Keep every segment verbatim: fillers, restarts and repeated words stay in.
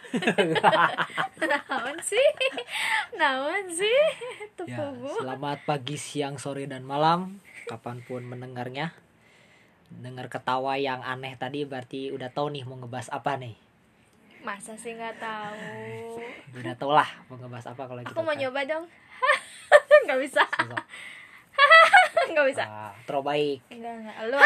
Naon sih? Naon sih? Ya, Tepugu. selamat pagi, siang, sore, dan malam, kapanpun mendengarnya. Dengar ketawa yang aneh tadi berarti udah tahu nih mau ngebahas apa nih. Masa sih nggak tahu? Udah tau lah mau ngebahas apa kalau gitu. Aku mau kan. nyoba dong. Nggak bisa. Susah. Nggak bisa. Ah, terbaik. Enggak enggak. Lu.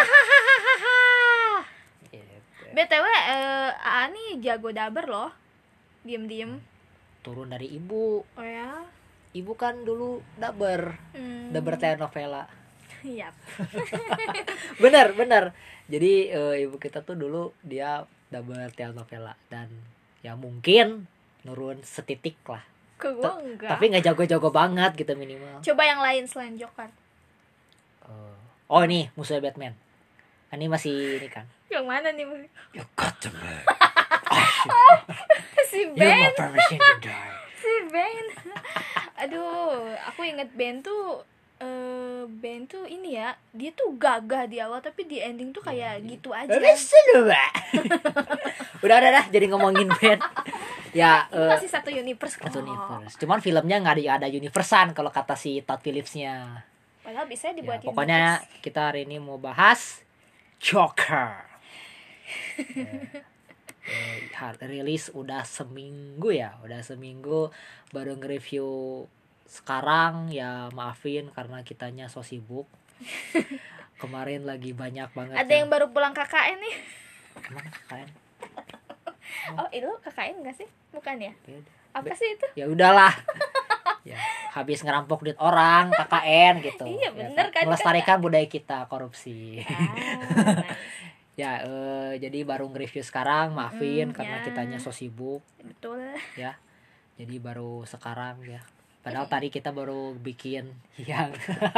Gitu. B T W eh Aa nih jago daber loh. Diem-diem. Turun dari ibu. Oh ya. Ibu kan dulu daber, Hmm. daber telenovela. Iya. Bener bener. Jadi eh, ibu kita tuh dulu dia daber telenovela dan ya mungkin nurun setitik lah. Ke gua enggak. Tapi nggak jago-jago banget gitu minimal. Coba yang lain selain Joker. Uh, oh ini musuhnya Batman. Ini masih ini kan. Yang mana nih? You got the man. Si You Ben. have permission to die. Si Ben. Aduh, aku inget Ben tuh eh Ben tuh ini ya, dia tuh gagah di awal tapi di ending tuh kayak gitu aja. Listen, Mbak. Udah udah dah jadi ngomongin band. Ya, Itu eh, masih satu universe kok. satu universe. Cuman filmnya nggak ada ada universean kalau kata si Todd Phillips-nya. Padahal bisa Ya, dibuat pokoknya universe. kita hari ini mau bahas Joker. Ya. Eh, hard rilis udah seminggu ya, udah seminggu baru nge-review sekarang ya, maafin karena kitanya so sibuk. Kemarin lagi banyak banget. Ada yang baru pulang K K N nih. Emang kalian? Oh, itu K K N enggak sih? Bukan ya? Beda. Apa sih itu? Ya udahlah. Ya, habis ngerampok duit orang K K N gitu. Iya, Ya bener kan, melestarikan budaya kita korupsi. Ah, nice. Ya, eh, jadi baru nge-review sekarang, maafin Mm, karena ya. kitanya so sibuk Betul. ya. Jadi baru sekarang ya. Padahal tadi kita baru bikin yang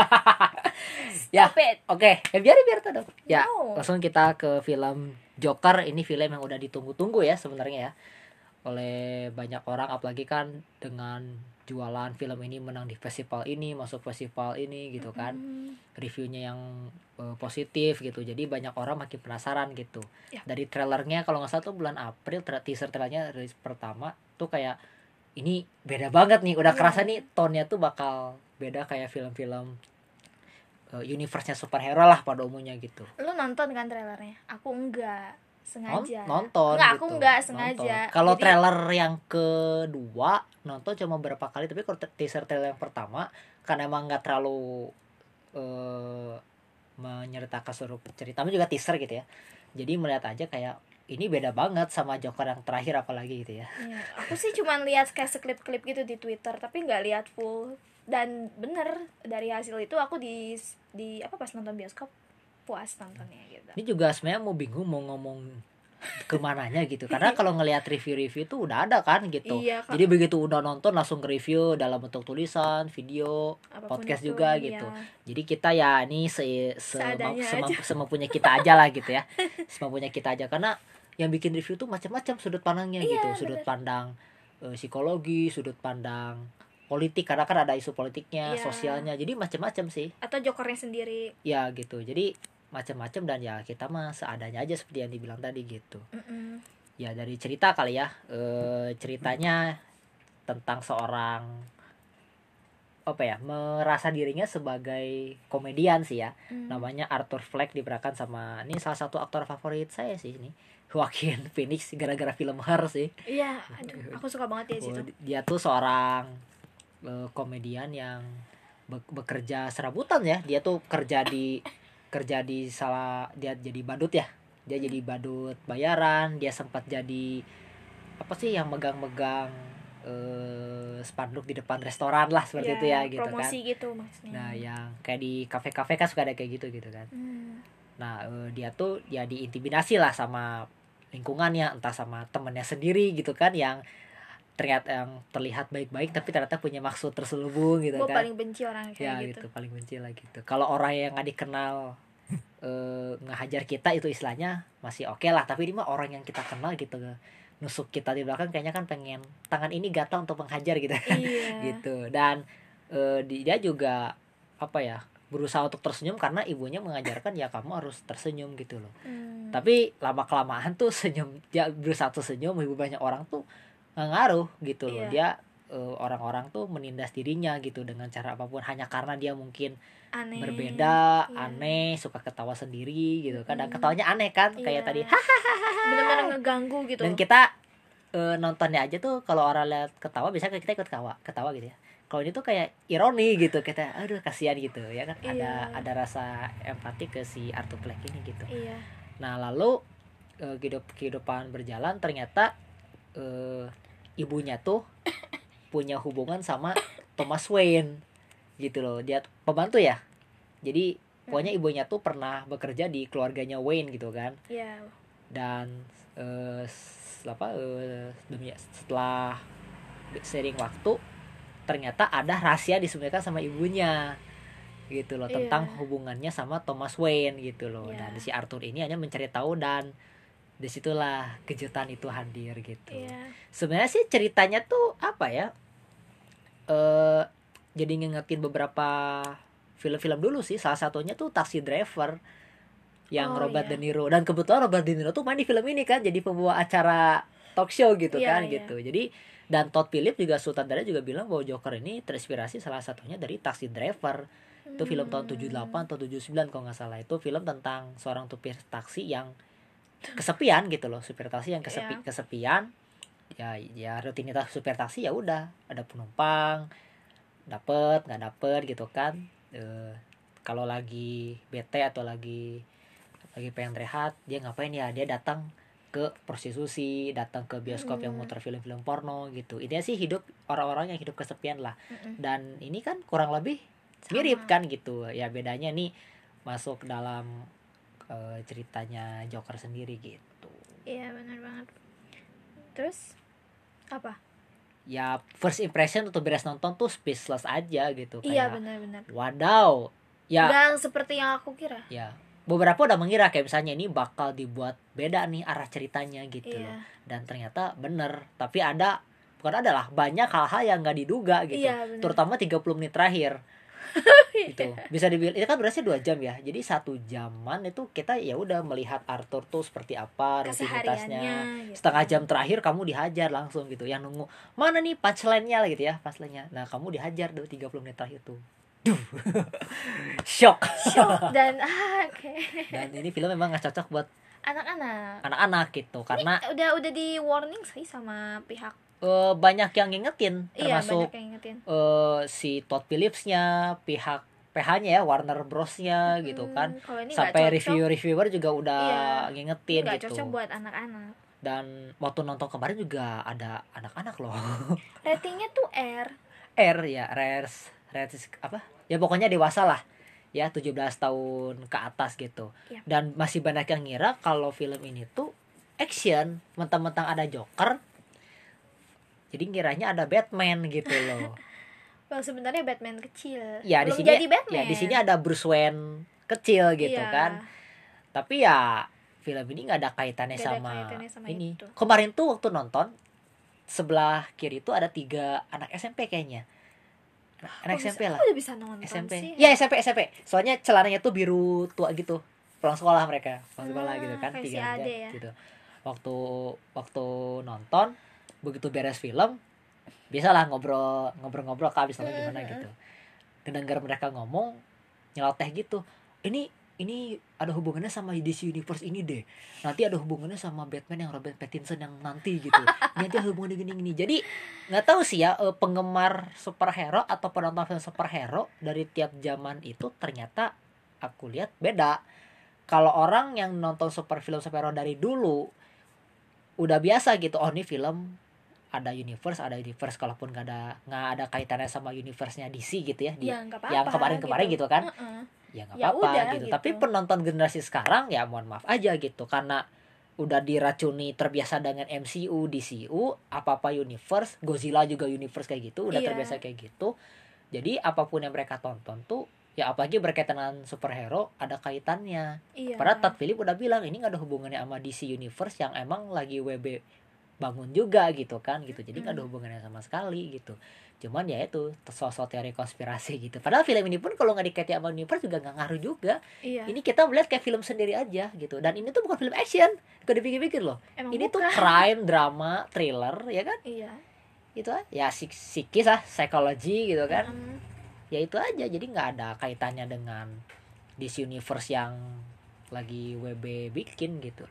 ya. Stop it. Oke, eh, biar biar tuh dong. Ya, No. langsung kita ke film Joker. Ini film yang udah ditunggu-tunggu ya sebenarnya ya oleh banyak orang, apalagi kan dengan jualan film ini menang di festival ini, masuk festival ini gitu kan. Hmm. Reviewnya yang uh, positif gitu. Jadi banyak orang makin penasaran gitu. Ya. Dari trailernya kalau nggak salah tuh bulan April, tra- teaser trailernya rilis pertama tuh kayak ini beda banget nih. Udah Iya. kerasa nih tone-nya tuh bakal beda kayak film-film uh, universe-nya superhero lah pada umumnya gitu. Lu nonton kan trailernya? Aku enggak. Sengaja. Non- nonton Enggak, gitu. aku enggak sengaja. Nonton. Kalau Jadi- trailer yang kedua nonton cuma beberapa kali, tapi kalau teaser trailer yang pertama kan emang nggak terlalu uh, menyertakan seluruh cerita, juga teaser gitu ya. Jadi melihat aja kayak ini beda banget sama Joker yang terakhir apalagi gitu ya. Iya, aku sih cuma lihat kayak seklip-klip gitu di Twitter, tapi nggak lihat full. Dan bener dari hasil itu aku di di apa pas nonton bioskop puas nontonnya gitu. Ini juga sebenarnya mau bingung mau ngomong kemananya gitu, karena kalau ngelihat review-review tuh udah ada kan gitu. Iya, Kak. Jadi begitu udah nonton langsung ke review dalam bentuk tulisan, video, Apapun podcast itu, juga iya. gitu. Jadi kita ya ini se, se Seadanya semampu, aja. semampunya kita aja lah gitu ya. Semampunya kita aja, karena yang bikin review tuh macam-macam sudut pandangnya Iya, gitu. Sudut bener. pandang eh, psikologi, sudut pandang politik, karena kan ada isu politiknya, Iya. sosialnya. Jadi macam-macam sih. Atau Jokernya sendiri. Ya gitu. Jadi macam-macam, dan ya kita mah seadanya aja seperti yang dibilang tadi gitu. Mm-mm. Ya dari cerita kali ya, e, ceritanya tentang seorang apa ya, merasa dirinya sebagai komedian sih ya. Mm. Namanya Arthur Fleck, diperankan sama ini salah satu aktor favorit saya sih ini, Joaquin Phoenix, gara-gara film Her sih. Iya, aduh, aku suka banget dia situ. Oh, dia tuh seorang e, komedian yang be- bekerja serabutan ya. Dia tuh kerja di kerja di salah dia jadi badut ya. Dia jadi badut bayaran. Dia sempat jadi apa sih yang megang-megang eh, spanduk di depan restoran lah seperti Ya, itu ya gitu kan. promosi gitu maksudnya. Nah, yang kayak di kafe-kafe kan suka ada kayak gitu gitu kan. Hmm. Nah, eh, dia tuh ya diintimidasi lah sama lingkungannya, entah sama temennya sendiri gitu kan, yang ternyata yang terlihat baik-baik tapi ternyata punya maksud terselubung gitu Gue kan. paling benci orang Ya kayak gitu, gitu. paling benci lah gitu. Kalau orang yang nggak dikenal eh, ngehajar kita itu istilahnya masih oke lah, tapi ini mah orang yang kita kenal gitu, nusuk kita di belakang, kayaknya kan pengen tangan ini gatal untuk menghajar gitu kan. Iya. Gitu. Dan eh, dia juga apa ya, berusaha untuk tersenyum karena ibunya mengajarkan ya kamu harus tersenyum gitu loh. Hmm. Tapi lama kelamaan tuh senyum, dia berusaha tersenyum, ibu banyak orang tuh nggak ngaruh gitu loh. Iya. Dia eh, orang-orang tuh menindas dirinya gitu dengan cara apapun hanya karena dia mungkin Aneh. berbeda, Iya. aneh, suka ketawa sendiri gitu. Kadang Mm-mm. ketawanya aneh kan, kayak Iya. tadi. Bener-bener ngeganggu gitu. Dan kita eh, nontonnya aja tuh kalau orang lihat ketawa biasanya kita ikut ketawa, ketawa gitu ya. Kalau ini tuh kayak ironi gitu, kita aduh kasihan gitu ya kan. Ada Iya. ada rasa empati ke si Arthur Fleck ini gitu. Iya. Nah, lalu eh, kehidup kehidupan berjalan ternyata eh, ibunya tuh punya hubungan sama Thomas Wayne gitu loh. Dia pembantu ya. Jadi pokoknya ibunya tuh pernah bekerja di keluarganya Wayne gitu kan. Iya. Dan eh, s- apa eh, demi- setelah sering waktu ternyata ada rahasia disembunyikan sama ibunya gitu loh, Iya. tentang hubungannya sama Thomas Wayne gitu loh. Iya. Dan si Arthur ini hanya mencari tahu dan disitulah kejutan itu hadir gitu. Iya. Sebenarnya sih ceritanya tuh apa ya, eh jadi ngingetin beberapa film-film dulu sih. Salah satunya tuh Taxi Driver yang Oh, Robert iya. De Niro, dan kebetulan Robert De Niro tuh main di film ini kan, jadi pembawa acara talk show gitu Iya, kan iya. gitu. Jadi dan Todd Phillips juga sutradara juga bilang bahwa Joker ini terinspirasi salah satunya dari Taxi Driver. Itu film tahun tujuh puluh delapan atau tujuh puluh sembilan kalau nggak salah. Itu film tentang seorang supir taksi yang kesepian gitu loh, supir taksi yang kesepi Iya. kesepian. Ya ya rutinitas supir taksi ya udah, ada penumpang dapet nggak dapet gitu kan. Eh, kalau lagi bete atau lagi lagi pengen rehat, dia ngapain ya, dia datang ke prostitusi, datang ke bioskop yang Mm. muter film-film porno gitu. Intinya sih hidup orang-orang yang hidup kesepian lah. Mm-mm. Dan ini kan kurang lebih Sama. mirip kan gitu ya, bedanya nih masuk dalam eh, ceritanya Joker sendiri gitu. Iya, benar banget. Terus apa? Ya first impression untuk beres nonton tuh speechless aja gitu, Iya, kayak benar-benar. wadaw ya. Nggak seperti yang aku kira. Ya beberapa udah mengira kayak misalnya ini bakal dibuat beda nih arah ceritanya gitu loh, Iya. dan ternyata bener. Tapi ada, bukan ada lah, banyak hal-hal yang nggak diduga gitu. Iya, benar. Terutama tiga puluh menit terakhir gitu. Bisa dibilang itu kan durasinya dua jam ya, jadi satu jaman itu kita ya udah melihat Arthur tuh seperti apa rutinitasnya. Kesehariannya gitu. Setengah jam terakhir kamu dihajar langsung gitu, yang nunggu mana nih punchline-nya lah gitu ya, punchline-nya. Nah kamu dihajar tuh tiga puluh menit terakhir tuh. Duh. Shock. Shock dan ah, oke. Dan ini film memang nggak cocok buat Anak-anak. anak-anak gitu, karena Ini udah udah di warning sih sama pihak. eh, banyak yang ngingetin, Iya, termasuk banyak yang ingetin. eh, si Todd Phillips-nya, pihak P H-nya ya, Warner Bros-nya gitu kan. Hmm, kalau ini nggak Sampai cocok, review-reviewer juga udah Iya, ngingetin nggak gitu. cocok buat anak-anak. Dan waktu nonton kemarin juga ada anak-anak loh. Ratingnya tuh R. R ya, rares, rares apa? Ya pokoknya dewasa lah. Ya tujuh belas tahun ke atas gitu. Iya. Dan masih banyak yang ngira kalau film ini tuh action, mentang-mentang ada Joker. Jadi ngiranya ada Batman gitu loh. Well, sebenarnya Batman kecil. Ya di Belum sini jadi Batman. ya di sini ada Bruce Wayne kecil gitu Iya. kan. Tapi ya film ini nggak ada kaitannya Nggak ada sama, kaitannya sama ini. itu. Kemarin tuh waktu nonton sebelah kiri tuh ada tiga anak S M P kayaknya. Anak Kok S M P bisa- lah. kok udah bisa nonton S M P. sih? Ya S M P S M P. Soalnya celananya tuh biru tua gitu. Pulang sekolah mereka, pulang sekolah Ah, gitu kan, kayak si tiga Ade ya. gitu. Waktu waktu nonton begitu beres film, biasalah ngobrol ngobrol-ngobrol kak habis nonton gimana Mm-mm. gitu. Kedengar mereka ngomong nyeloteh gitu. Ini ini ada hubungannya sama D C Universe ini deh. Nanti ada hubungannya sama Batman yang Robert Pattinson yang nanti gitu. Nanti ada hubungannya gini-gini. Jadi nggak tahu sih ya, eh, penggemar superhero atau penonton film superhero dari tiap zaman itu ternyata aku lihat beda. Kalau orang yang nonton super film superhero dari dulu udah biasa gitu, oh ini film ada universe, ada universe, kalaupun nggak ada nggak ada kaitannya sama universe-nya D C gitu ya, di, Ya, nggak apa-apa, yang kemarin-kemarin gitu, kan, Heeh. ya nggak Ya apa-apa udah, gitu. gitu. Tapi penonton generasi sekarang ya mohon maaf aja gitu, karena udah diracuni terbiasa dengan M C U, D C U, apa-apa universe, Godzilla juga universe kayak gitu, udah Iya. terbiasa kayak gitu. Jadi apapun yang mereka tonton tuh ya, apalagi berkaitan dengan superhero, ada kaitannya. Iya. Padahal Todd Phillips udah bilang ini nggak ada hubungannya sama D C Universe yang emang lagi W B bangun juga gitu kan gitu, jadi nggak ada Hmm. hubungannya sama sekali gitu. Cuman ya itu sosok teori konspirasi gitu, padahal film ini pun kalau nggak dikaitkan sama universe juga nggak ngaruh juga. Iya, Ini kita melihat kayak film sendiri aja gitu, dan ini tuh bukan film action kalau dipikir-pikir loh, emang ini tuh bukan. crime drama thriller ya kan, Iya. itu aja ya psik- psikis lah, psikologi gitu kan. Mm-mm. Ya itu aja, jadi nggak ada kaitannya dengan this universe yang lagi W B bikin gitu.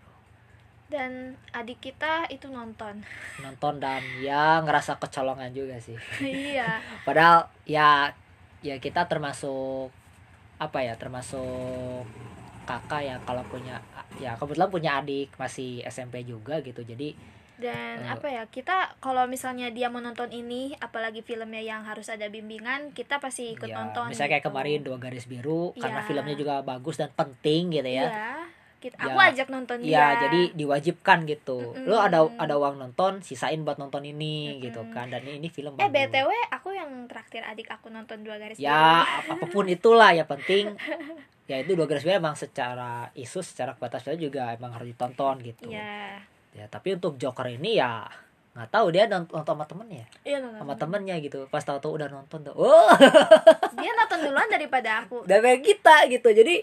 Dan adik kita itu nonton. Nonton dan ya ngerasa kecolongan juga sih. Iya. Padahal ya ya kita termasuk apa ya, termasuk kakak ya kalau punya, ya kebetulan punya adik masih S M P juga gitu. Jadi Dan Eh. apa ya, kita kalau misalnya dia mau nonton ini, apalagi filmnya yang harus ada bimbingan, kita pasti ikut ya nonton misalnya kayak gitu. kemarin Dua Garis Biru karena Iya. filmnya juga bagus dan penting gitu ya. Iya. Kita, Ya, aku ajak nonton dia. Iya, jadi diwajibkan gitu. Mm-mm. Lo ada ada uang nonton, sisain buat nonton ini Mm-mm. gitu kan. Dan ini, ini film Eh bagus. B T W aku yang traktir adik aku nonton Dua Garis Ya, Biru. ap- apapun itulah ya penting. Ya itu Dua Garis Biru emang secara isu, secara kualitas film juga emang harus ditonton gitu. Iya. Ya, tapi untuk Joker ini ya nggak tahu dia nonton, nonton sama temennya, Iya nonton. sama temennya gitu. Pas tahu-tahu udah nonton tuh, oh, Dia nonton duluan daripada aku. udah kayak kita gitu. Jadi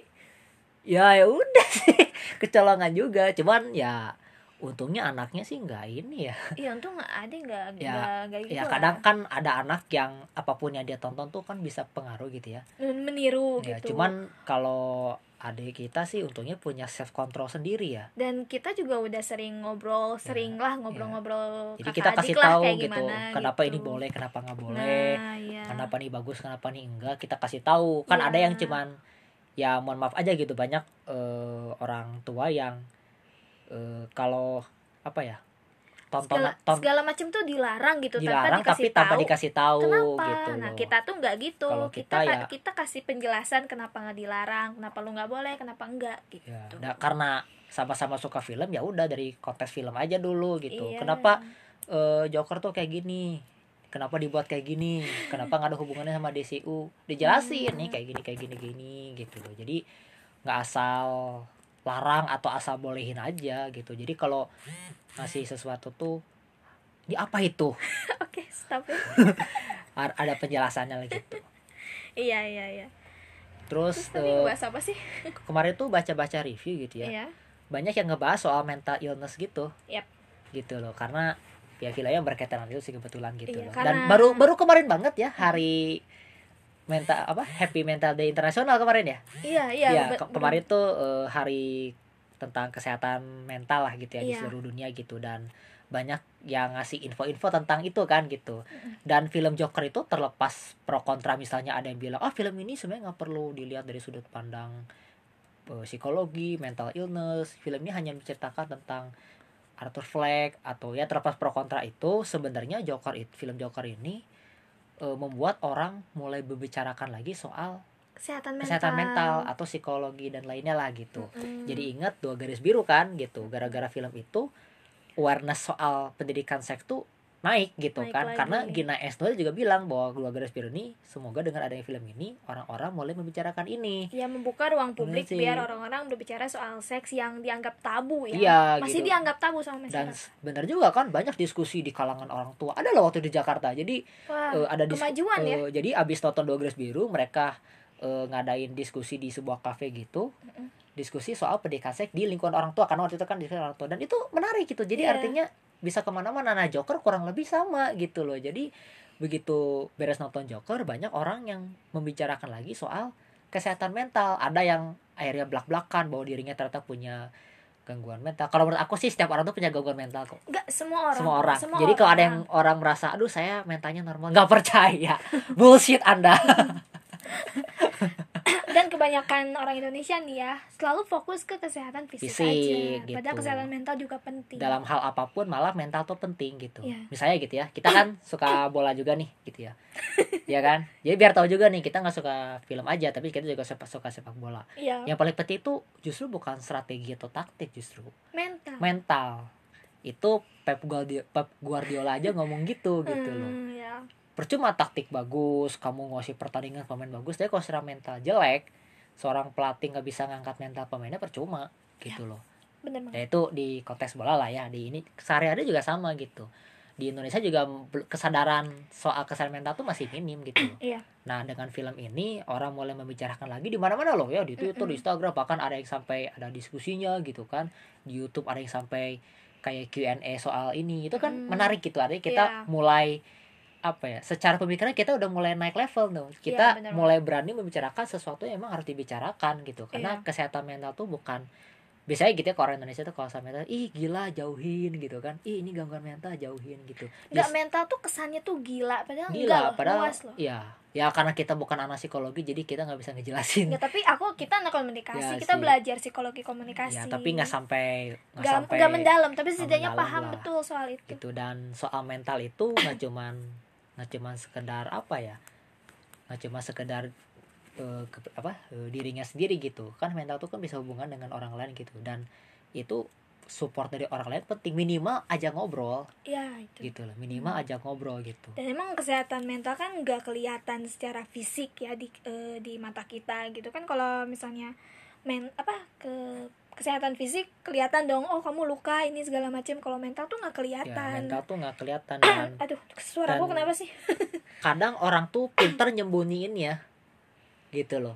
ya ya udah sih, kecolongan juga. Cuman ya untungnya anaknya sih nggak ini ya. Iya untung ada nggak Ya, nggak nggak gitu ya lah. kadang kan ada anak yang apapun yang dia tonton tuh kan bisa pengaruh gitu ya. Meniru Ya, gitu. cuman kalau adik kita sih untungnya punya self control sendiri ya. Dan kita juga udah sering ngobrol, sering lah ngobrol-ngobrol. Jadi kakak kita adik kasih lah tahu kayak gitu, gimana, kenapa gitu. ini boleh, kenapa nggak boleh, Nah, iya. kenapa ini bagus, kenapa ini enggak, kita kasih tahu. Kan Iya. ada yang cuman ya mohon maaf aja gitu, banyak eh, orang tua yang eh, kalau apa ya, tonton segala, ton, segala macam tuh dilarang gitu dilarang tanpa tapi dikasih tanpa tahu. dikasih tahu Kenapa? gitu Nah loh. kita tuh nggak gitu. Kalau Kita kita kita, ya- kita kasih penjelasan kenapa nggak dilarang, kenapa lu nggak boleh, kenapa enggak gitu. Ya, nah, karena sama-sama suka film ya udah dari konteks film aja dulu gitu. Iya. Kenapa eh, Joker tuh kayak gini? Kenapa dibuat kayak gini? Kenapa nggak ada hubungannya sama D C U? Dijelasin nih kayak gini kayak gini gini gitu loh. Jadi nggak asal larang atau asal bolehin aja gitu. Jadi kalau ngasih sesuatu tuh ini apa itu? Oke, stop ya. Har- Ada penjelasannya lah gitu. Iya iya iya. Terus Terus tadi eh, ngebahas apa sih? kemarin tuh baca-baca review gitu ya. Iya. Banyak yang ngebahas soal mental illness gitu. Yap. Gitu loh, karena ya filmnya berkaitan dengan itu sih kebetulan gitu Iya, loh. karena- Dan baru baru kemarin banget ya hari mental apa Happy Mental Day Internasional kemarin ya. Iya iya. Ya, be- ke- kemarin tuh eh, hari tentang kesehatan mental lah gitu ya di Iya. seluruh dunia gitu, dan banyak yang ngasih info-info tentang itu kan gitu. Dan film Joker itu terlepas pro kontra, misalnya ada yang bilang, "Ah, film ini sebenarnya nggak perlu dilihat dari sudut pandang eh, psikologi, mental illness. Film ini hanya menceritakan tentang Arthur Fleck," atau ya terlepas pro kontra itu, sebenarnya Joker itu film Joker ini eh, membuat orang mulai membicarakan lagi soal kesehatan mental. kesehatan mental atau psikologi dan lainnya lah gitu. Mm-mm. Jadi ingat Dua Garis Biru kan gitu. Gara-gara film itu awareness soal pendidikan seks tuh naik gitu Naik kan. lagi. Karena Gina Esnoil juga bilang bahwa Dua Garis Biru ini semoga dengan adanya film ini orang-orang mulai membicarakan ini. Ya membuka ruang publik Bener sih. biar orang-orang berbicara soal seks yang dianggap tabu ya. Iya, Masih gitu. dianggap tabu sama Dan masyarakat. benar juga kan banyak diskusi di kalangan orang tua. Ada loh waktu di Jakarta. Jadi Wah, eh, ada dis- kemajuan ya. eh, jadi abis nonton Dua Garis Biru mereka eh, ngadain diskusi di sebuah kafe gitu. Diskusi soal pendidikan seks di lingkungan orang tua, karena waktu itu kan di lingkungan orang tua, dan itu menarik gitu. Jadi Iya. artinya bisa kemana-mana. Nah, Joker kurang lebih sama gitu loh. Jadi begitu beres nonton Joker, banyak orang yang membicarakan lagi soal kesehatan mental. Ada yang akhirnya belak-belakan bahwa dirinya ternyata punya gangguan mental. Kalau menurut aku sih setiap orang tuh punya gangguan mental kok. Enggak semua orang. Semua orang. Semua Jadi kalau ada orang. yang orang merasa, aduh saya mentalnya normal, nggak percaya. Bullshit Anda. Dan kebanyakan orang Indonesia nih ya selalu fokus ke kesehatan fisik, Fisik, aja. gitu. Padahal kesehatan mental juga penting. Dalam hal apapun malah mental tuh penting gitu. Iya. Misalnya gitu ya, kita kan suka bola juga nih gitu ya. Ya kan? Jadi biar tahu juga nih, kita nggak suka film aja, tapi kita juga suka, suka sepak bola. Iya. Yang paling penting itu justru bukan strategi atau taktik, justru Mental. mental. Itu Pep Guardiola, Pep Guardiola aja ngomong gitu gitu loh. Hmm, ya. Percuma taktik bagus, kamu ngasih pertandingan pemain bagus, tapi kalau secara mental jelek, seorang pelatih nggak bisa ngangkat mental pemainnya, percuma gitu loh. bener banget. Yaitu di konteks bola lah ya, di ini sehari-hari juga sama gitu. Di Indonesia juga kesadaran soal kesadaran mental tuh masih minim gitu. Iya. Nah dengan film ini orang mulai membicarakan lagi di mana-mana loh ya, di Twitter, Mm-mm. di Instagram, bahkan ada yang sampai ada diskusinya gitu kan. Di YouTube ada yang sampai kayak Q and A soal ini. Itu kan Mm. menarik gitu. Artinya kita Iya. mulai apa ya? Secara pemikiran kita udah mulai naik level tuh. Iya, Kita bener mulai berani membicarakan sesuatu yang emang harus dibicarakan gitu. Karena Iya. kesehatan mental tuh bukan biasanya gitu ya, kalau orang Indonesia tuh kalau sama mental, ih gila jauhin gitu kan, ih ini gangguan mental jauhin gitu. Nggak, Just mental tuh kesannya tuh gila, padahal enggak gila loh, padahal luas loh. ya ya karena kita bukan anak psikologi jadi kita nggak bisa ngejelasin. Nggak, tapi aku kita anak komunikasi, Ya kita sih. belajar psikologi komunikasi. Ya tapi nggak sampai nggak nggak sampai nggak mendalam, tapi nggak setidaknya mendalam paham lah. betul soal itu. Gitu. Dan soal mental itu nggak cuman nggak cuman sekedar apa ya, nggak cuma sekedar uh, ke, apa uh, dirinya sendiri gitu kan. Mental itu kan bisa hubungan dengan orang lain gitu, dan itu support dari orang lain penting, minimal aja ngobrol. Ya itu. Gitu loh, minimal Hmm. aja ngobrol gitu. Dan emang kesehatan mental kan nggak kelihatan secara fisik ya di eh, di mata kita gitu kan. Kalau misalnya men apa ke kesehatan fisik kelihatan dong, oh kamu luka ini segala macam. Kalau mental tuh nggak Ya kelihatan. mental tuh nggak kelihatan. Dan Aduh, suaraku dan- kenapa sih? kadang orang tuh pinter nyembunyiin ya gitu loh.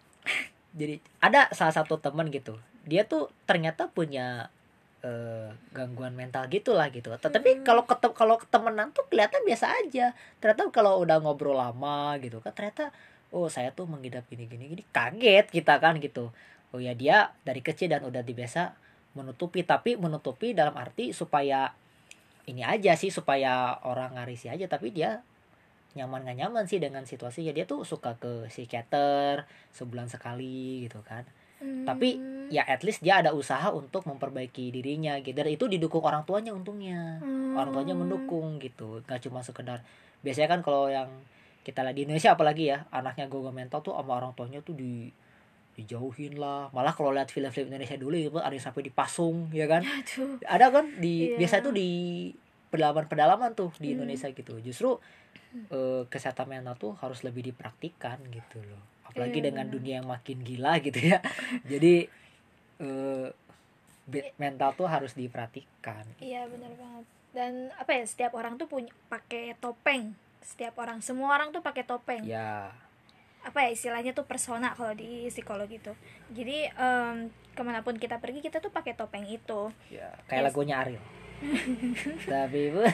Jadi ada salah satu teman gitu, dia tuh ternyata punya eh, gangguan mental gitulah gitu. Tetapi Hmm. kalau ketem kalau temenan tuh kelihatan biasa aja. Ternyata kalau udah ngobrol lama gitu kan, ternyata oh saya tuh mengidap gini gini gini, kaget kita kan gitu. Oh ya dia dari kecil dan udah dibiasa menutupi, tapi menutupi dalam arti supaya ini aja sih, supaya orang ngarisi aja, tapi dia nyaman gak nyaman sih dengan situasinya. Dia tuh suka ke psikiater sebulan sekali gitu kan. Hmm. Tapi ya at least dia ada usaha untuk memperbaiki dirinya gitu. Dan itu didukung orang tuanya untungnya. Hmm. Orang tuanya mendukung gitu. Gak cuma sekedar, biasanya kan kalau yang kita lihat di Indonesia apalagi ya, anaknya gangguan mental tuh sama orang tuanya tuh di dijauhin lah. Malah kalau lihat film-film Indonesia dulu itu ada yang sampai dipasung ya kan. Aduh. Ada kan di Iya. biasa tuh di pedalaman-pedalaman tuh di Hmm. Indonesia gitu. Justru eh, kesehatan mental tuh harus lebih dipraktikkan gitu loh. Apalagi Iya, dengan benar. dunia yang makin gila gitu ya. Jadi eh, be- mental tuh harus diperhatikan. Iya benar banget. Dan apa ya, setiap orang tuh punya pakai topeng. Setiap orang, semua orang tuh pakai topeng. Ya, Apa ya istilahnya tuh persona kalau di psikologi tuh. Jadi em, kemanapun kita pergi kita tuh pakai topeng itu. ya kayak Yes. lagunya Ariel. Tapi bu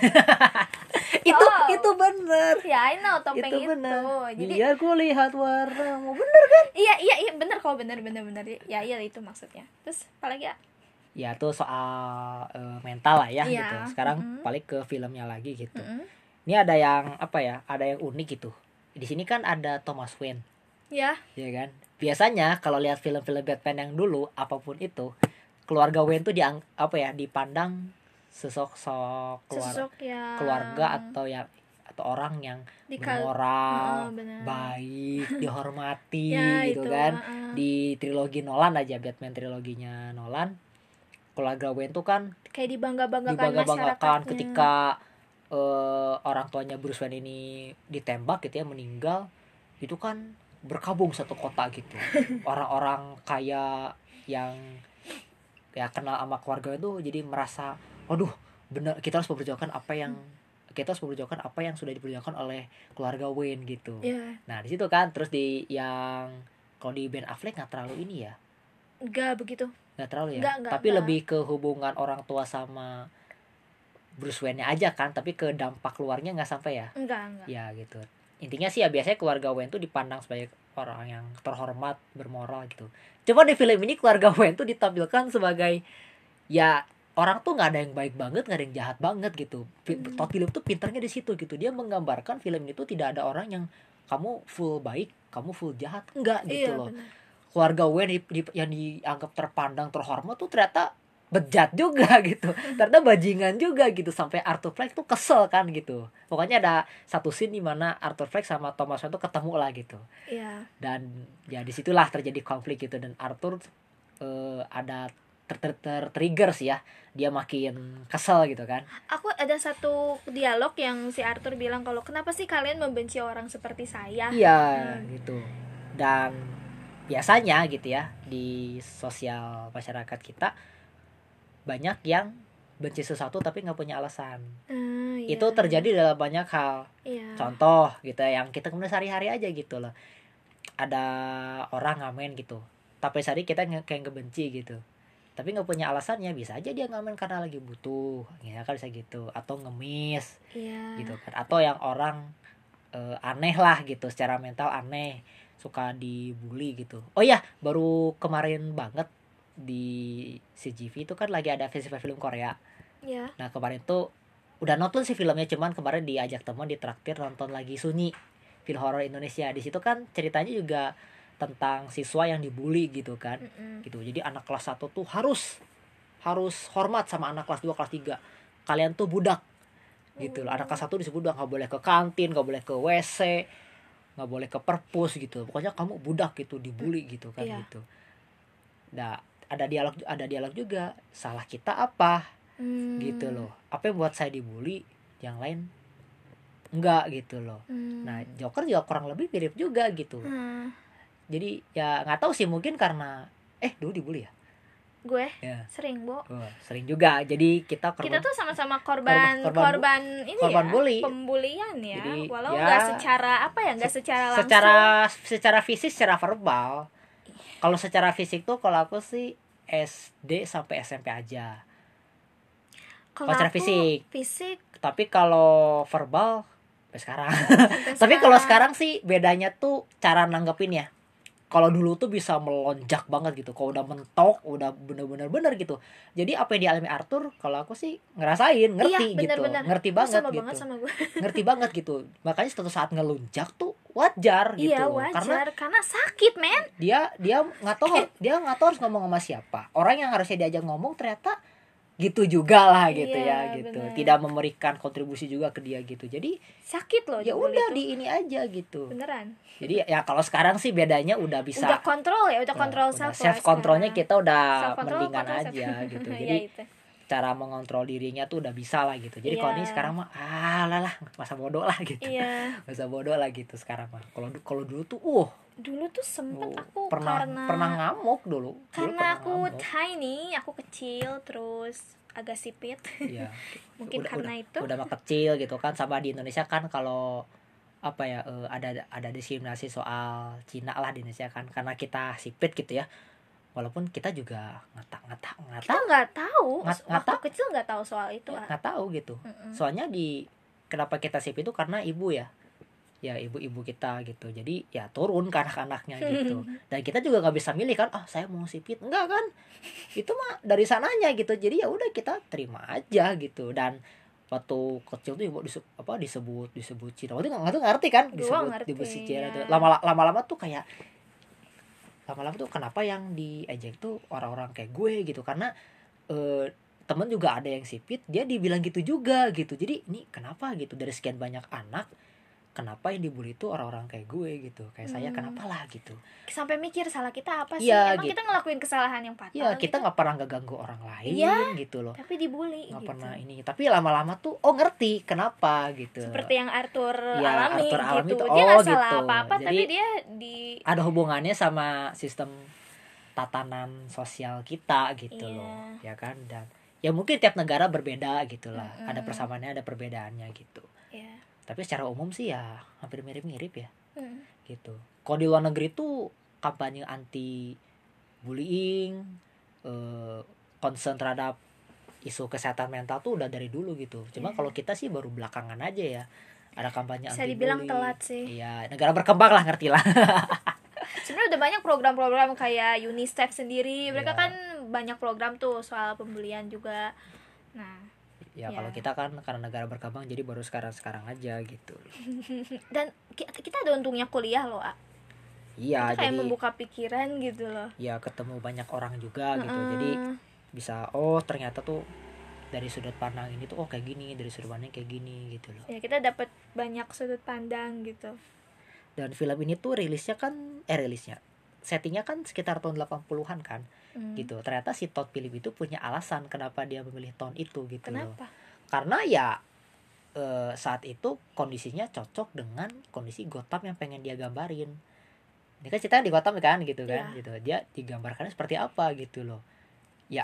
itu Oh. itu bener. Ya I know topeng Itu itu. bener. Jadi Biar ku lihat warnamu, bener kan? iya iya iya benar kok, benar benar benar. Ya iya itu maksudnya. Terus apalagi ya? Ya tuh soal eh, mental lah ya Iya. gitu. Sekarang Mm-mm. balik ke filmnya lagi gitu. Mm-mm. Ini ada yang apa ya? Ada yang unik gitu. Di sini kan ada Thomas Wayne, Ya. ya kan? Biasanya kalau lihat film-film Batman yang dulu apapun itu, keluarga Wayne tuh diang apa ya? Dipandang sesosok keluar, Sosok yang keluarga atau yang atau orang yang Dikal- bermoral, Oh, benar. baik, dihormati Ya, gitu itu, kan. uh-uh. Di trilogi Nolan aja, Batman triloginya Nolan, keluarga Wayne tuh kan kayak dibangga-banggakan dibangga-banggakan masyarakatnya. ketika eh, orang tuanya Bruce Wayne ini ditembak gitu ya, meninggal. Itu kan berkabung satu kota gitu. Orang-orang kaya yang ya kenal sama keluarga itu jadi merasa, waduh, bener kita harus memperjuangkan apa yang kita harus memperjuangkan apa yang sudah diperjuangkan oleh keluarga Wayne gitu. Ya, Nah di situ kan terus di yang kalau di Ben Affleck nggak terlalu ini ya, enggak begitu. nggak terlalu ya, Nggak, nggak, tapi nggak. lebih ke hubungan orang tua sama Bruce Wayne-nya aja kan, tapi ke dampak luarnya nggak sampai ya. Enggak, enggak. Ya gitu. Intinya sih ya biasanya keluarga Wayne tuh dipandang sebagai orang yang terhormat, bermoral gitu. Coba di film ini keluarga Wayne tuh ditampilkan sebagai ya orang tuh nggak ada yang baik banget, nggak ada yang jahat banget gitu. Fi- Hmm. Todd Phillips tuh pinternya di situ gitu. Dia menggambarkan film itu tidak ada orang yang kamu full baik, kamu full jahat, enggak gitu Iya, loh. benar. Keluarga Wayne di- di- yang dianggap terpandang terhormat tuh ternyata bejat juga gitu, ternyata bajingan juga gitu, sampai Arthur Fleck tuh kesel kan gitu. Pokoknya ada satu scene di mana Arthur Fleck sama Thomas Wayne tuh ketemu lah gitu, Iya. dan ya disitulah terjadi konflik gitu, dan Arthur eh, ada ter ter ter trigger sih ya, dia makin kesel gitu kan. Aku ada satu dialog yang si Arthur bilang kalau kenapa sih kalian membenci orang seperti saya? Iya Hmm. gitu. Dan biasanya gitu ya di sosial masyarakat kita, banyak yang benci sesuatu tapi nggak punya alasan. Ah, iya. Itu terjadi dalam banyak hal. Iya. Contoh gitu yang kita kemudian sehari-hari aja gitu loh. Ada orang ngamen gitu, tapi sehari kita nge- kayak ngebenci gitu. Tapi nggak punya alasannya, bisa aja dia ngamen karena lagi butuh, ya kan bisa gitu. Atau ngemis, Iya. gitu kan. Atau yang orang eh, aneh lah gitu, secara mental aneh, suka dibully gitu. Oh ya, baru kemarin banget di C G V itu kan lagi ada festival film Korea. Iya. Nah kemarin tuh udah nonton sih filmnya, cuman kemarin diajak teman ditraktir nonton lagi Sunyi, film horor Indonesia. Di situ kan ceritanya juga tentang siswa yang dibully gitu kan. Mm-mm. Gitu. Jadi anak kelas satu tuh harus harus hormat sama anak kelas dua, kelas tiga. Kalian tuh budak. Gitu loh. Anak kelas satu disebut budak, enggak boleh ke kantin, enggak boleh ke W C, enggak boleh ke perpus gitu. Pokoknya kamu budak gitu, dibully gitu kan. Iya. Gitu. Nah, ada dialog ada dialog juga. Salah kita apa? Hmm. Gitu loh. Apa yang buat saya dibully, yang lain enggak gitu loh. Hmm. Nah, Joker juga kurang lebih mirip juga gitu. Hmm. Jadi ya nggak tahu sih, mungkin karena eh dulu dibully ya. Gue Ya. sering, Bo. Oh, sering juga. Jadi kita korban, Kita tuh sama-sama korban korban- korban, korban ini korban ya, bully. pembulian ya. Jadi, Walau ya, nggak secara apa ya, nggak secara langsung. secara secara fisik, secara verbal. Kalau secara fisik tuh kalau aku sih S D sampai S M P aja. Kalau secara aku, fisik. fisik Tapi kalau verbal sampai sekarang. sampai Tapi kalau sekarang sih bedanya tuh cara nanggepin ya. Kalau dulu tuh bisa melonjak banget gitu. Kalau udah mentok, udah bener-bener bener gitu. Jadi apa yang dialami Arthur, kalau aku sih ngerasain, ngerti iya, gitu. bener-bener. Ngerti Lu banget sama gitu. banget sama gue. Ngerti banget gitu. Makanya suatu saat ngelunjak tuh wajar gitu. Iya, Karena wajar karena sakit, men. dia dia nggak tahu dia nggak tahu harus ngomong sama siapa. Orang yang harusnya diajak ngomong ternyata gitu juga lah gitu Iya, ya gitu. bener. Tidak memberikan kontribusi juga ke dia gitu. Jadi Sakit loh ya dibully udah tuh. di ini aja gitu. Beneran. Jadi ya kalau sekarang sih bedanya udah bisa Udah kontrol ya, udah kontrol self. self controlnya kita udah Self-control, mendingan kontrol aja self. gitu. Ya, Jadi itu. cara mengontrol dirinya tuh udah bisa lah gitu. Jadi kalau Iya. ini sekarang mah ah lah lah masa bodoh lah gitu. Iya. Masa bodoh lah gitu sekarang mah. Kalau kalau dulu tuh uh Dulu tuh sempet uh, aku pernah karena pernah ngamuk dulu. Dulu karena pernah aku ngamuk. tiny, aku kecil terus agak sipit. Iya. Mungkin Udah- karena udah, itu. udah mah kecil gitu kan, sama di Indonesia kan kalau apa ya eh, ada ada diskriminasi soal Cina lah di Indonesia kan, karena kita sipit gitu ya. Walaupun kita juga ngata ngata ngata Kita nggak tahu, Nggak- nggak waktu tahu. kecil nggak tahu soal itu. ah. nggak tahu gitu. Mm-mm. Soalnya di kenapa kita sipit itu karena ibu ya. Ya ibu-ibu kita gitu. Jadi ya turun ke anak-anaknya gitu. Dan kita juga nggak bisa milih kan, ah saya mau sipit. Enggak kan. Itu mah dari sananya gitu. Jadi ya udah kita terima aja gitu. Dan waktu kecil tuh ibu disebut apa disebut disebut Cina. Waktu itu nggak tuh ngerti kan, Gua disebut ngerti, disebut si Cina ya. tuh. Lama lama-lama tuh kayak lama-lama tuh kenapa yang diejek tuh orang-orang kayak gue gitu. Karena eh, temen juga ada yang sipit, dia dibilang gitu juga gitu. Jadi ini kenapa gitu, dari sekian banyak anak kenapa yang dibully itu orang-orang kayak gue gitu, kayak saya Hmm. kenapa lah gitu. Sampai mikir salah kita apa sih? Iya, Emang gitu. kita ngelakuin kesalahan yang fatal Ya kita gitu? nggak pernah ngeganggu orang lain Iya. gitu loh, Tapi dibully nggak gitu. pernah ini. Tapi lama-lama tuh oh ngerti kenapa gitu. Seperti yang Arthur Ya, alami Arthur alami gitu. tuh, Dia nggak oh, salah gitu. apa-apa, Jadi, tapi dia di ada hubungannya sama sistem tatanan sosial kita gitu Iya. loh, ya kan. Dan ya mungkin tiap negara berbeda gitulah, Mm-mm. ada persamaannya ada perbedaannya gitu. ya. Tapi secara umum sih ya hampir mirip-mirip ya. Hmm. Gitu. Kalau di luar negeri tuh kampanye anti bullying, eh, concern terhadap isu kesehatan mental tuh udah dari dulu gitu. Cuma Iya. kalau kita sih baru belakangan aja ya ada kampanye Bisa anti dibilang bullying. telat sih. Iya, negara berkembang lah, ngerti lah. Sebenarnya udah banyak program-program kayak UNICEF sendiri. Mereka Iya. kan banyak program tuh soal pembulian juga. Nah, Ya Iya. kalau kita kan karena negara berkembang jadi baru sekarang-sekarang aja gitu. dan ki- kita ada untungnya kuliah loh, A. Iya, Itu kayak jadi membuka pikiran gitu loh. ya ketemu banyak orang juga gitu. Heeh. Jadi bisa oh ternyata tuh dari sudut pandang ini tuh oh kayak gini, dari sudut pandang kayak gini gitu loh. Ya kita dapat banyak sudut pandang gitu. Dan film ini tuh rilisnya kan eh rilisnya settingnya kan sekitar tahun delapan puluhan kan. Hmm. Gitu. Ternyata si Todd Phillips itu punya alasan kenapa dia memilih tahun itu gitu loh. Kenapa? Karena ya eh, saat itu kondisinya cocok dengan kondisi Gotham yang pengen dia gambarin. Ini kan ceritanya di Gotham kan gitu kan, Iya. gitu. Dia digambarkannya seperti apa gitu loh. Ya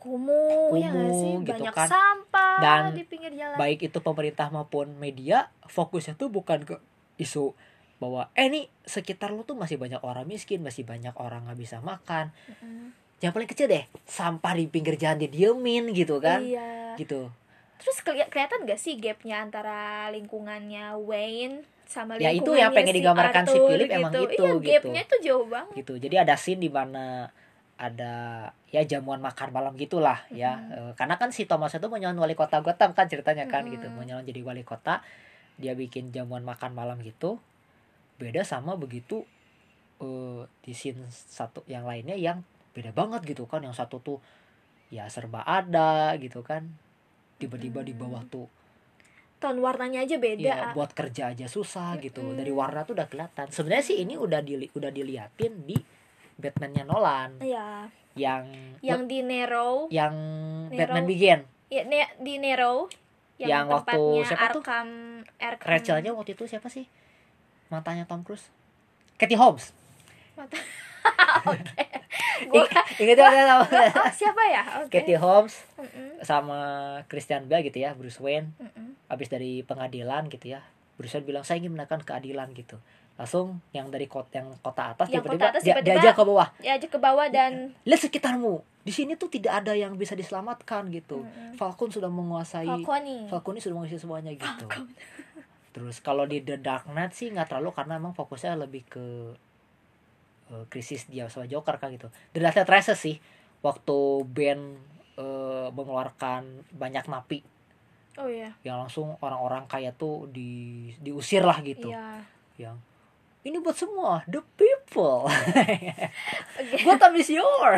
kumuh, ya nggak sih, kumuh gitu banyak kan. sampah Dan di pinggir jalan. Baik itu pemerintah maupun media fokusnya tuh bukan ke isu bahwa eh nih sekitar lu tuh masih banyak orang miskin, masih banyak orang nggak bisa makan. Mm-mm. Yang paling kecil deh, sampah di pinggir jalan didiemin gitu kan. Iya. Gitu. Terus keli- kelihatan gak sih gapnya antara lingkungannya Wayne sama Ya, itu lingkungannya yang pengen si digambarkan si Arthur Philip emang gitu, Iya, gitu. gapnya tuh jauh banget. Gitu. Jadi ada scene di mana ada ya jamuan makan malam gitulah ya. Mm-mm. E, karena kan si Thomas itu mau nyalon wali kota Gotham kan ceritanya kan. Mm-mm. Gitu. Mau nyalon jadi wali kota, dia bikin jamuan makan malam gitu. Beda sama begitu uh, di scene satu yang lainnya yang beda banget gitu kan. Yang satu tuh ya serba ada gitu kan, tiba-tiba di bawah tuh Tone warnanya aja beda. ya buat kerja aja susah gitu. Mm-mm. Dari warna tuh udah kelihatan. Sebenarnya sih ini udah dili, udah diliatin di Batman-nya Nolan. Iya. Yang Yang di Nero, yang Nero. Batman Begin. ya ne- di Nero yang, Yang waktu tempatnya siapa tuh? Arkham, Arkham. Rachelnya waktu itu siapa sih? Mantannya Tom Cruise. Katie Holmes. Mata. Oke. Gua Ingat ya oh, siapa ya? Oke. Katie Holmes Mm-mm. sama Christian Bale gitu ya, Bruce Wayne. Mm-mm. Habis dari pengadilan gitu ya, Bruce Wayne bilang saya ingin menegakkan keadilan gitu. Langsung yang dari kota yang kota atas Yang tiba-tiba kota atas dia, tiba-tiba diajak ke bawah. Ya aja ke bawah dan Lihat sekitarmu. Di sini tuh tidak ada yang bisa diselamatkan gitu. Mm-mm. Falcon sudah menguasai Falcone. Falcone sudah menguasai semuanya gitu. Falcon. Terus kalau di The Dark Knight sih nggak terlalu karena emang fokusnya lebih ke uh, krisis dia sama Joker kan gitu. The Dark Knight Rises sih waktu Ben uh, mengeluarkan banyak napi Oh iya. yang langsung orang-orang kaya tuh di diusir lah gitu. Iya. Yang ini buat semua the people. Okay. Gotham is yours.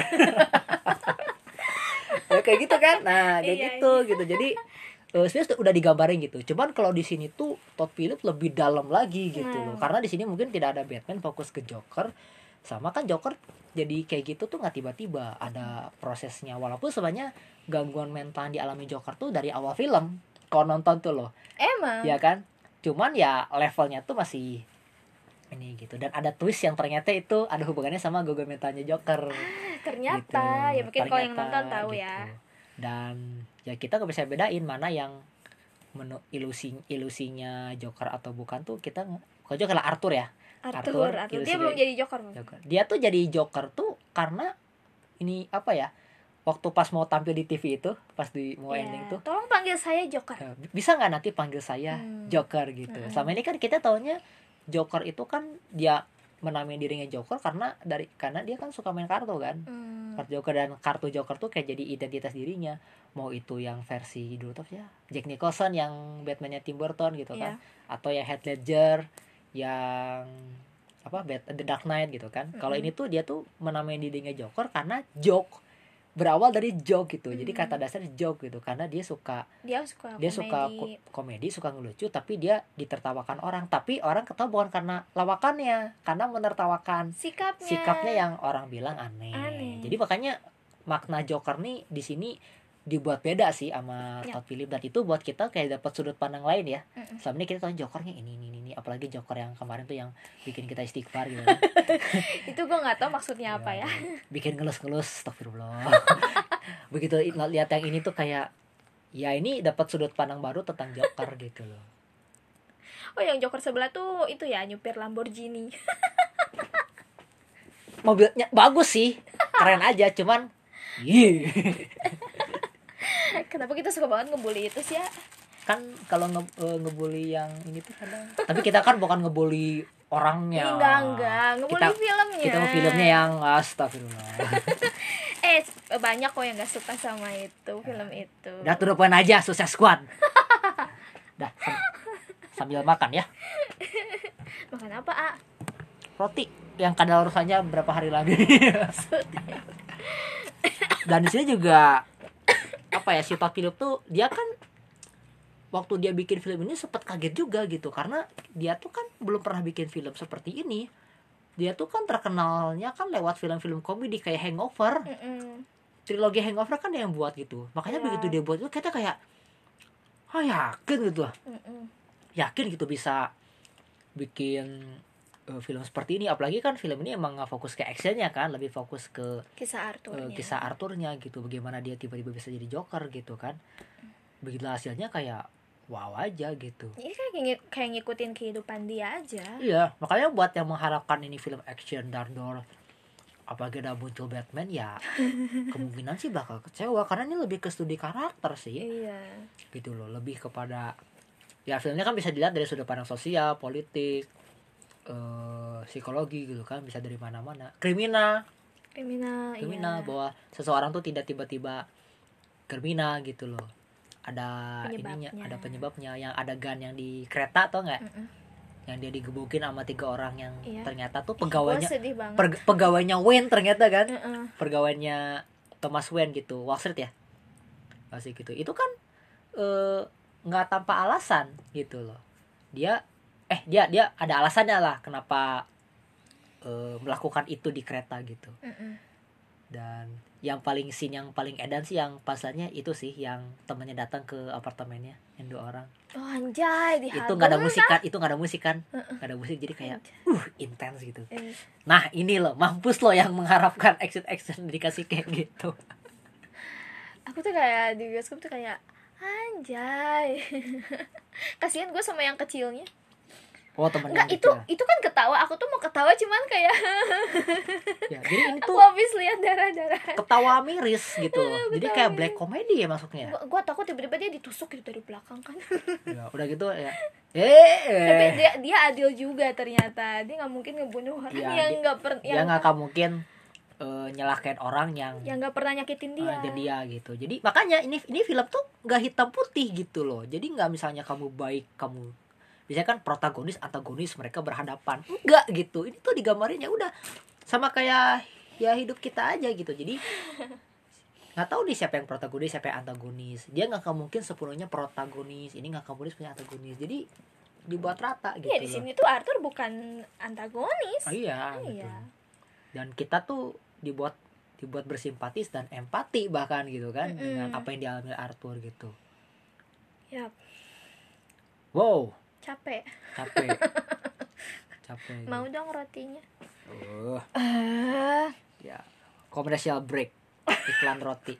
Ya, kayak gitu kan. Nah, kayak Iya, gitu gitu. Jadi uh, sebenarnya udah digambarin gitu. Cuman kalau di sini tuh Todd Phillips lebih dalam lagi gitu Hmm. loh. Karena di sini mungkin tidak ada Batman, fokus ke Joker. Sama kan Joker jadi kayak gitu tuh nggak tiba-tiba, ada prosesnya. Walaupun sebenarnya gangguan mental yang dialami Joker tuh dari awal film. Kalau nonton tuh loh. Emang. Ya kan? Cuman ya levelnya tuh masih ini gitu. Dan ada twist yang ternyata itu ada hubungannya sama gangguan mentalnya Joker. Ternyata Gitu. ya mungkin kalau yang Ternyata, nonton tahu gitu. ya. Dan ya kita nggak bisa bedain mana yang menu ilusi ilusinya Joker atau bukan tuh kita bukan Joker lah, Arthur ya. Arthur, Arthur, Arthur. ilusi Dia belum dari- jadi Joker. Joker. Dia tuh jadi Joker tuh karena ini apa ya? Waktu pas mau tampil di T V itu, pas di mau Ya, ending tuh, tolong panggil saya Joker. eh, bisa nggak nanti panggil saya Hmm. Joker gitu. Hmm. Selama ini kan kita taunya Joker itu kan dia menamai dirinya Joker karena dari karena dia kan suka main kartu kan. Hmm. Kartu Joker dan kartu Joker tuh kayak jadi identitas dirinya. Mau itu yang versi dulu tuh ya Jack Nicholson yang Batman-nya Tim Burton gitu kan, Iya. atau yang Heath Ledger yang apa Bat The Dark Knight gitu kan. Mm-mm. Kalau ini tuh dia tuh menamai dirinya Joker karena joke, berawal dari joke gitu. Jadi Mm. kata dasar joke gitu karena dia suka Dia suka dia suka komedi. ko- komedi, suka ngelucu, tapi dia ditertawakan orang. Tapi orang ketawa bukan karena lawakannya, karena menertawakan sikapnya. sikapnya yang orang bilang aneh. Aneh. Jadi makanya makna Joker nih di sini dibuat beda sih sama Ya. Todd Phillips, dan itu buat kita kayak dapat sudut pandang lain ya. Mm-mm. Selama ini kita tahu Jokernya ini ini ini, apalagi Joker yang kemarin tuh yang bikin kita istighfar gitu kan. Itu gue nggak tahu maksudnya apa ya. Bikin ngelus-ngelus, astagfirullah. Begitu i- lihat yang ini tuh kayak ya ini dapat sudut pandang baru tentang Joker gitu loh. Oh, yang Joker sebelah tuh itu ya nyupir Lamborghini. Mobilnya bagus sih, keren aja, cuman ih. Kenapa kita suka banget ngebully itu sih ya? Kan kalau nge, eh, ngebully yang ini tuh kadang, tapi kita kan bukan ngebully orangnya. Enggak, enggak. Ngebully kita, filmnya. Kita mau filmnya yang astagfirullah. Eh, banyak kok yang gak suka sama itu, film itu. Udah tuh poin aja, Suicide Squad. Dah, sam- sambil makan ya. Makan apa, A? Roti yang kadaluarsanya berapa hari lagi. Dan di sini juga apa ya, si Todd Phillips tuh dia kan waktu dia bikin film ini sempat kaget juga gitu, karena dia tuh kan belum pernah bikin film seperti ini. Dia tuh kan terkenalnya kan lewat film-film komedi kayak Hangover. Mm-mm. Trilogi Hangover kan dia yang buat gitu. Makanya Iya. begitu dia buat itu kita kayak ah yakin gitu. Mm-mm. Yakin gitu bisa bikin uh, film seperti ini, apalagi kan film ini emang nggak fokus ke actionnya kan, lebih fokus ke Kisah uh, Arthurnya. kisah Arthurnya gitu, bagaimana dia tiba-tiba bisa jadi Joker gitu kan. Begitu hasilnya kayak wow aja gitu. Ini kayak ng- kayak ngikutin kehidupan dia aja. Iya, makanya buat yang mengharapkan ini film action dan door, apalagi udah muncul Batman ya kemungkinan sih bakal kecewa karena ini lebih ke studi karakter sih. Iya. Gitu loh, lebih kepada ya filmnya kan bisa dilihat dari sudut pandang sosial, politik, eh, psikologi gitu kan, bisa dari mana-mana. Kriminal, Kriminal. kriminal Iya. bahwa seseorang tuh tidak tiba-tiba kriminal gitu loh. Ada ininya, Penyebabnya. ada penyebabnya. Yang adegan yang di kereta tuh nggak? Mm-mm. Yang dia digebukin sama tiga orang yang Iya. ternyata tuh Gua pegawainya sedih banget. per- pegawainya Wayne ternyata kan. Heeh. Pegawainya Thomas Wayne gitu, Wall Street ya. Masih gitu. Itu kan eh, nggak tanpa alasan gitu loh. Dia eh dia dia ada alasannya lah kenapa eh, melakukan itu di kereta gitu. Mm-mm. Dan yang paling scene yang paling edan sih yang pasalnya itu sih yang temannya datang ke apartemennya yang dua orang. Oh anjay, di Itu nggak ada musik kan, itu nggak ada musik kan, nggak ada musik jadi kayak uh intens gitu. Eh, Nah ini loh mampus loh yang mengharapkan action action dikasih kayak gitu. Aku tuh kayak di bioskop tuh kayak anjay. Kasihan gue sama yang kecilnya. Oh temannya Enggak, gitu itu ya. itu kan ketawa. Aku tuh mau ketawa cuman kayak Ya, jadi ini aku tuh habis lihat darah-darah. ketawa miris gitu loh. Jadi kayak black comedy ya masuknya. Gua, gua takut tiba-tiba dia ditusuk gitu dari belakang kan. Ya, udah gitu ya. Eh, Tapi eh. dia dia adil juga ternyata. Dia nggak mungkin ngebunuh orang Iya, yang dia- nggak per Dia yang nggak akan mungkin eh, nyelakain orang yang yang nggak pernah nyakitin dia. dia. dia gitu. Jadi makanya ini ini film tuh nggak hitam putih gitu loh. Jadi nggak misalnya kamu baik kamu biasanya kan protagonis antagonis mereka berhadapan. Enggak gitu. Ini tuh digambarin ya udah sama kayak ya hidup kita aja gitu. Jadi nggak tahu nih siapa yang protagonis siapa yang antagonis. Dia nggak akan mungkin sepenuhnya protagonis. Ini nggak akan mungkin punya antagonis. Jadi dibuat rata gitu. Iya, di loh. sini tuh Arthur bukan antagonis. Oh, iya, gitu. Iya. Dan kita tuh dibuat dibuat bersimpatis dan empati bahkan gitu kan Mm-mm. dengan apa yang dialami Arthur gitu. Yap, Wow, capek. capek. Capek. Mau dong rotinya. Uh, Ah, ya, commercial break. Iklan roti.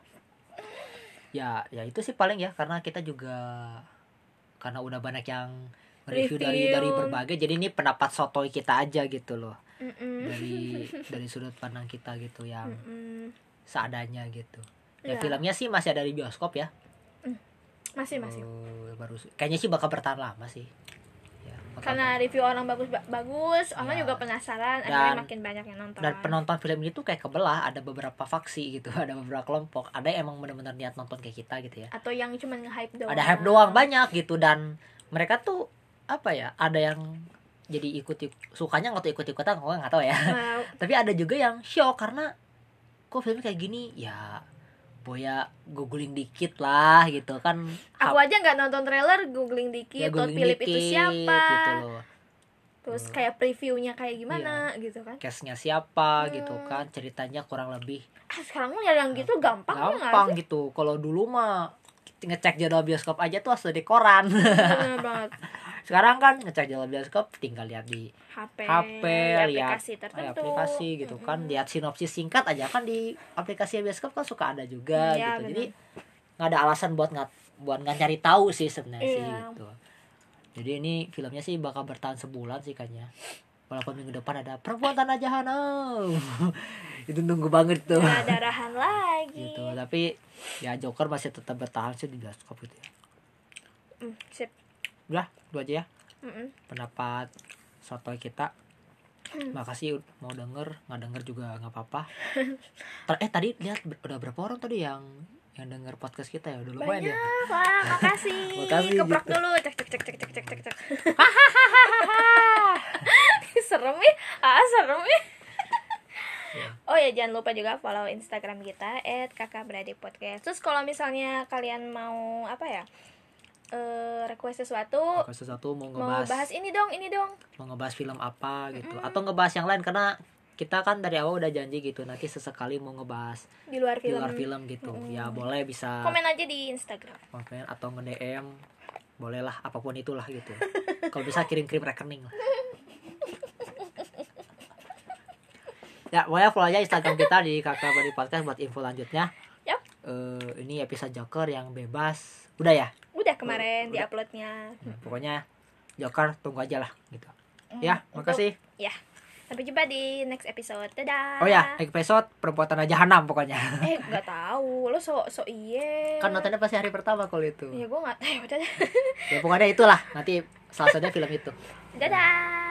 Ya, ya itu sih paling ya karena kita juga karena udah banyak yang review dari Review. dari berbagai jadi ini pendapat sotoy kita aja gitu loh. mm-mm. Dari dari sudut pandang kita gitu yang Mm-mm. seadanya gitu. Ya Iya. filmnya sih masih ada di bioskop ya. Masih masih. Eh, baru kayaknya sih bakal bertahan lama sih. Ya, bakal Karena review orang bagus bagus, orang Iya. juga penasaran, Dan- akhirnya makin banyak yang nonton. dan penonton film ini tuh kayak kebelah, ada beberapa faksi gitu, ada beberapa kelompok, ada yang emang benar-benar niat nonton kayak kita gitu ya. Atau yang cuma nge-hype doang. Ada hype doang banyak gitu dan mereka tuh apa ya? Ada yang jadi ikut sukanya nggak tuh ikut-ikutan, gue nggak tahu ya. Nah, Tapi ada juga yang shock karena kok filmnya kayak gini ya. Boya googling dikit lah gitu kan. aku aja nggak nonton trailer, googling dikit, Ya, Todd googling Phillips itu dikit, siapa, gitu loh. terus Hmm. kayak previewnya kayak gimana gitu kan. Case-nya siapa Hmm. gitu kan, ceritanya kurang lebih Ah, sekarang mah yang gitu gampang ya nggak gampang sih? gitu. Kalau dulu mah ngecek jadwal bioskop aja tuh harus di koran. Bener banget. Sekarang kan ngecek jadwal bioskop tinggal lihat di H P, H P, di lihat aplikasi di tertentu. aplikasi gitu kan, Mm-mm. lihat sinopsis singkat aja kan di aplikasi bioskop kan suka ada juga Iya, gitu. benar. Jadi nggak ada alasan buat nggak buat nggak cari tahu sih sebenarnya sih Iya. gitu. Jadi ini filmnya sih bakal bertahan sebulan sih kayaknya. Walaupun minggu depan ada perempuan tanah jahanam. Itu nunggu banget tuh. Nggak ada arahan lagi. Gitu. Tapi ya Joker masih tetap bertahan sih di bioskop gitu ya. Mm, sip. Udah, itu aja ya Mm-mm. pendapat sotoy kita. Makasih mau denger, nggak denger juga nggak apa-apa. Ter- eh tadi lihat ber- udah berapa orang tadi yang yang denger podcast kita ya, udah lumayan ya. Banyak lah, makasih. Makasih, Keprak gitu. dulu, cek cek cek cek cek cek cek cek. Serem nih, ah serem nih. Ya. Oh ya, jangan lupa juga follow Instagram kita et kakak beradik podcast. Terus kalau misalnya kalian mau apa ya, eh request sesuatu, Kalau sesuatu mau mau ngebahas bahas ini dong, ini dong. mau ngebahas film apa gitu atau ngebahas yang lain karena kita kan dari awal udah janji gitu nanti sesekali mau ngebahas Di luar di film. luar film gitu. Ya boleh bisa Komen aja di Instagram. komen atau nge-D M boleh lah apapun itulah gitu. Kalau bisa kirim-kirim rekening lah. Ya, pokoknya follow aja Instagram kita di Kakak Body Podcast buat info lanjutnya. Yap. Eh, ini episode Joker yang bebas. Udah ya? Udah kemarin Udah. di-uploadnya. Nah, pokoknya Joker tunggu aja lah gitu. Hmm, Ya, untuk- makasih. Ya. Sampai jumpa di next episode. Dadah. Oh ya, episode perbuatan aja Hanam pokoknya. Eh, nggak tahu. Lo so so iye. Kan nontonnya pasti hari pertama kalau itu. Ya gue nggak tahu. Ya udah. Ya pokoknya itulah. Nanti salah satunya film itu. Dadah.